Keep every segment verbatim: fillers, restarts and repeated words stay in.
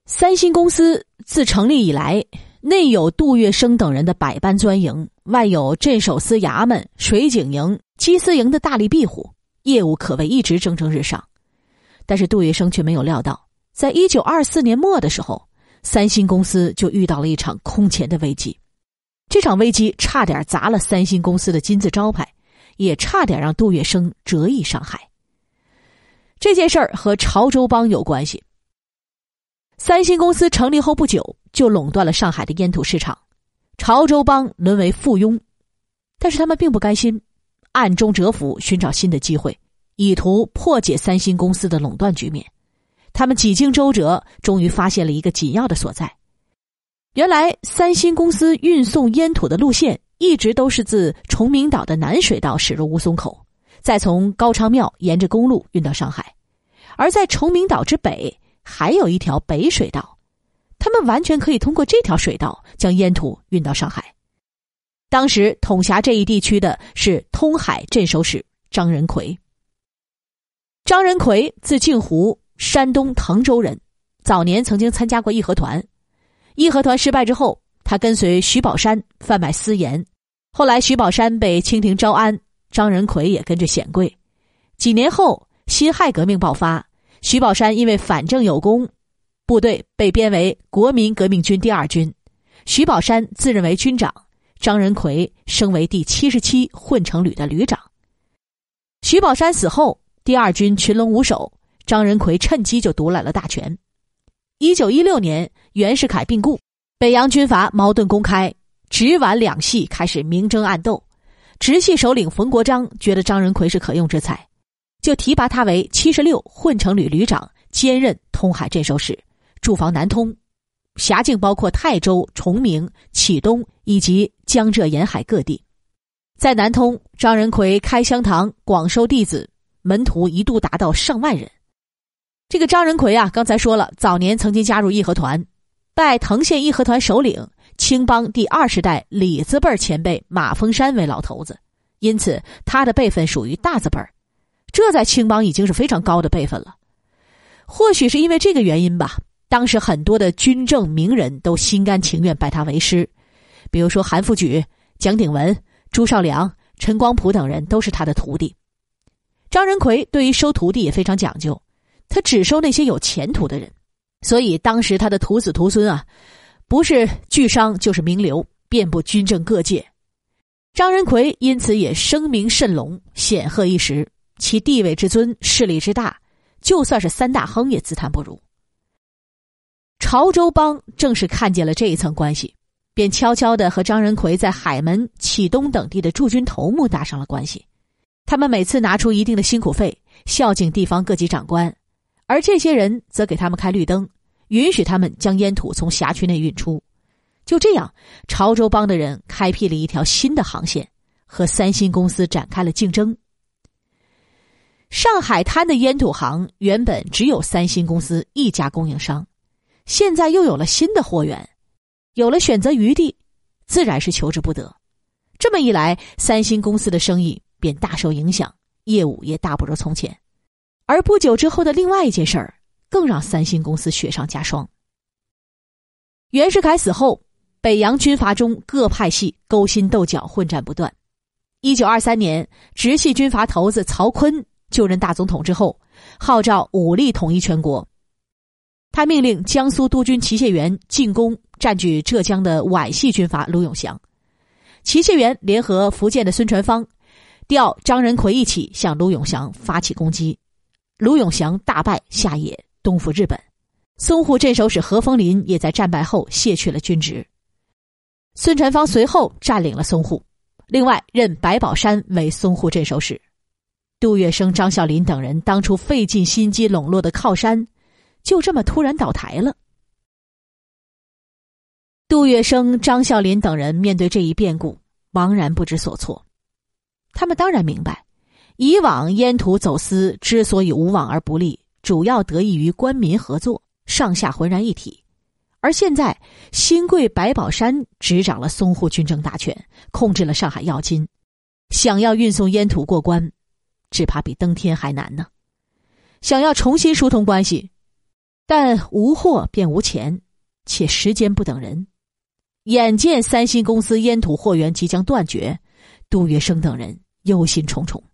三星公司自成立以来，内有杜月笙等人的百般钻营，外有镇守司衙门、水警营、缉私营的大力庇护，业务可谓一直蒸蒸日上。但是杜月笙却没有料到，在一九二四年末的时候，三星公司就遇到了一场空前的危机。这场危机差点砸了三星公司的金字招牌，也差点让杜月笙折翼上海。这件事儿和潮州帮有关系。三星公司成立后不久，就垄断了上海的烟土市场，潮州帮沦为附庸。但是他们并不甘心，暗中蛰伏，寻找新的机会，以图破解三星公司的垄断局面。他们几经周折，终于发现了一个紧要的所在。原来三星公司运送烟土的路线一直都是自崇明岛的南水道驶入乌松口，再从高昌庙沿着公路运到上海。而在崇明岛之北还有一条北水道，他们完全可以通过这条水道将烟土运到上海。当时统辖这一地区的是通海镇守使张仁奎。张仁奎字敬湖，山东滕州人，早年曾经参加过义和团。义和团失败之后，他跟随徐宝山贩卖私盐，后来徐宝山被清廷招安，张仁奎也跟着显贵。几年后，辛亥革命爆发，徐宝山因为反正有功，部队被编为国民革命军第二军，徐宝山自认为军长，张仁奎升为第七十七混成旅的旅长。徐宝山死后，第二军群龙无首，张仁奎趁机就独揽了大权。一九一六年，袁世凯病故，北洋军阀矛盾公开，直皖两系开始明争暗斗。直系首领冯国璋觉得张仁奎是可用之才，就提拔他为七十六混成旅旅长，兼任通海镇守使，驻防南通，辖境包括泰州、崇明、启东以及江浙沿海各地。在南通，张仁奎开香堂，广收弟子，门徒一度达到上万人。这个张仁奎啊，刚才说了，早年曾经加入义和团，拜藤县义和团首领青帮第二十代李字辈前辈马峰山为老头子，因此他的辈分属于大字辈，这在青帮已经是非常高的辈分了。或许是因为这个原因吧，当时很多的军政名人都心甘情愿拜他为师，比如说韩复榘、蒋鼎文、朱绍良、陈光甫等人都是他的徒弟。张仁奎对于收徒弟也非常讲究，他只收那些有前途的人，所以当时他的徒子徒孙啊，不是巨商就是名流，遍布军政各界。张仁奎因此也声名甚隆，显赫一时，其地位之尊，势力之大，就算是三大亨也自叹不如。潮州帮正是看见了这一层关系，便悄悄地和张仁奎在海门、启东等地的驻军头目搭上了关系。他们每次拿出一定的辛苦费，孝敬地方各级长官，而这些人则给他们开绿灯，允许他们将烟土从辖区内运出。就这样，潮州帮的人开辟了一条新的航线，和三星公司展开了竞争。上海滩的烟土行原本只有三星公司一家供应商，现在又有了新的货源，有了选择余地，自然是求之不得。这么一来，三星公司的生意便大受影响，业务也大不如从前。而不久之后的另外一件事儿，更让三星公司雪上加霜。袁世凯死后，北洋军阀中各派系勾心斗角，混战不断。一九二三年，直系军阀头子曹锟就任大总统之后，号召武力统一全国。他命令江苏督军齐燮元进攻占据浙江的皖系军阀卢永祥。齐燮元联合福建的孙传芳，调张仁奎一起向卢永祥发起攻击。卢永祥大败下野，东赴日本。淞沪镇守使何丰林也在战败后卸去了军职。孙传芳随后占领了淞沪，另外任白宝山为淞沪镇守使。杜月笙、张啸林等人当初费尽心机笼络的靠山，就这么突然倒台了。杜月笙、张啸林等人面对这一变故，茫然不知所措。他们当然明白，以往烟土走私之所以无往而不利，主要得益于官民合作，上下浑然一体。而现在新贵白宝山执掌了淞沪军政大权，控制了上海要津，想要运送烟土过关，只怕比登天还难呢。想要重新疏通关系， 但无货便无钱，且时间不等人。眼见三星公司烟土货源即将断绝，杜月笙等人忧心忡忡。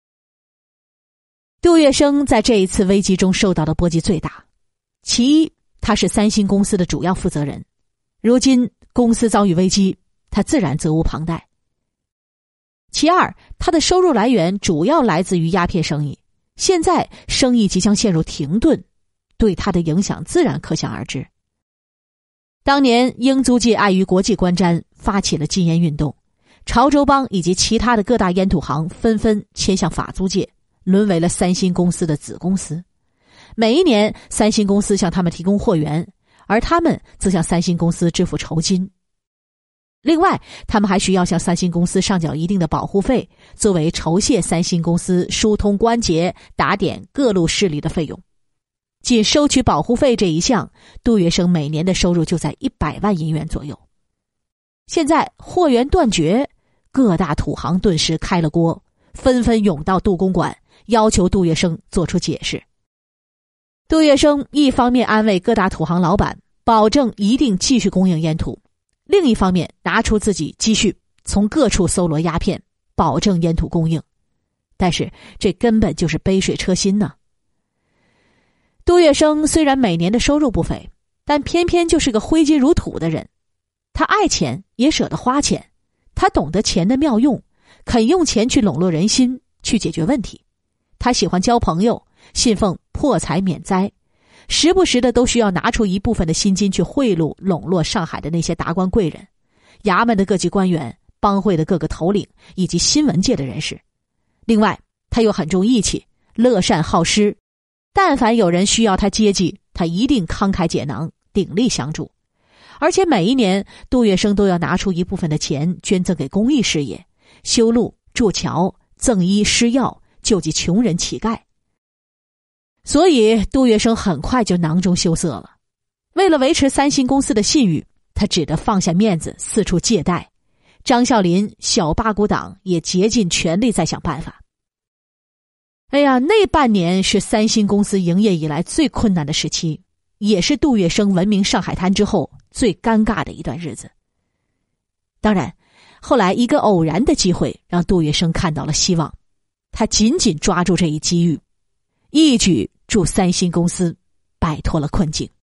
杜月笙在这一次危机中受到的波及最大。其一，他是三星公司的主要负责人，如今公司遭遇危机，他自然责无旁贷。其二，他的收入来源主要来自于鸦片生意，现在生意即将陷入停顿，对他的影响自然可想而知。当年英租界碍于国际观瞻，发起了禁烟运动，潮州帮以及其他的各大烟土行纷纷迁向法租界，沦为了三星公司的子公司。每一年三星公司向他们提供货源，而他们则向三星公司支付酬金。另外，他们还需要向三星公司上缴一定的保护费，作为酬谢三星公司疏通关节、打点各路势力的费用。仅收取保护费这一项，杜月笙每年的收入就在一百万银元左右。现在货源断绝，各大土行顿时开了锅，纷纷涌到杜公馆，要求杜月笙做出解释。杜月笙一方面安慰各大土行老板，保证一定继续供应烟土，另一方面拿出自己积蓄，从各处搜罗鸦片，保证烟土供应。但是这根本就是杯水车薪呢。杜月笙虽然每年的收入不菲，但偏偏就是个挥金如土的人。他爱钱也舍得花钱，他懂得钱的妙用，肯用钱去笼络人心，去解决问题。他喜欢交朋友，信奉破财免灾，时不时的都需要拿出一部分的薪金去贿赂笼络上海的那些达官贵人、衙门的各级官员、帮会的各个头领以及新闻界的人士。另外，他又很重义气，乐善好施，但凡有人需要他接济，他一定慷慨解囊，鼎力相助。而且每一年杜月笙都要拿出一部分的钱捐赠给公益事业，修路、筑桥、赠医施药，救济穷人乞丐。所以杜月笙很快就囊中羞涩了。为了维持三星公司的信誉，他只得放下面子，四处借贷。张啸林、小八股党也竭尽全力在想办法。哎呀，那半年是三星公司营业以来最困难的时期，也是杜月笙闻名上海滩之后最尴尬的一段日子。当然，后来一个偶然的机会让杜月笙看到了希望，他紧紧抓住这一机遇，一举助三星公司摆脱了困境。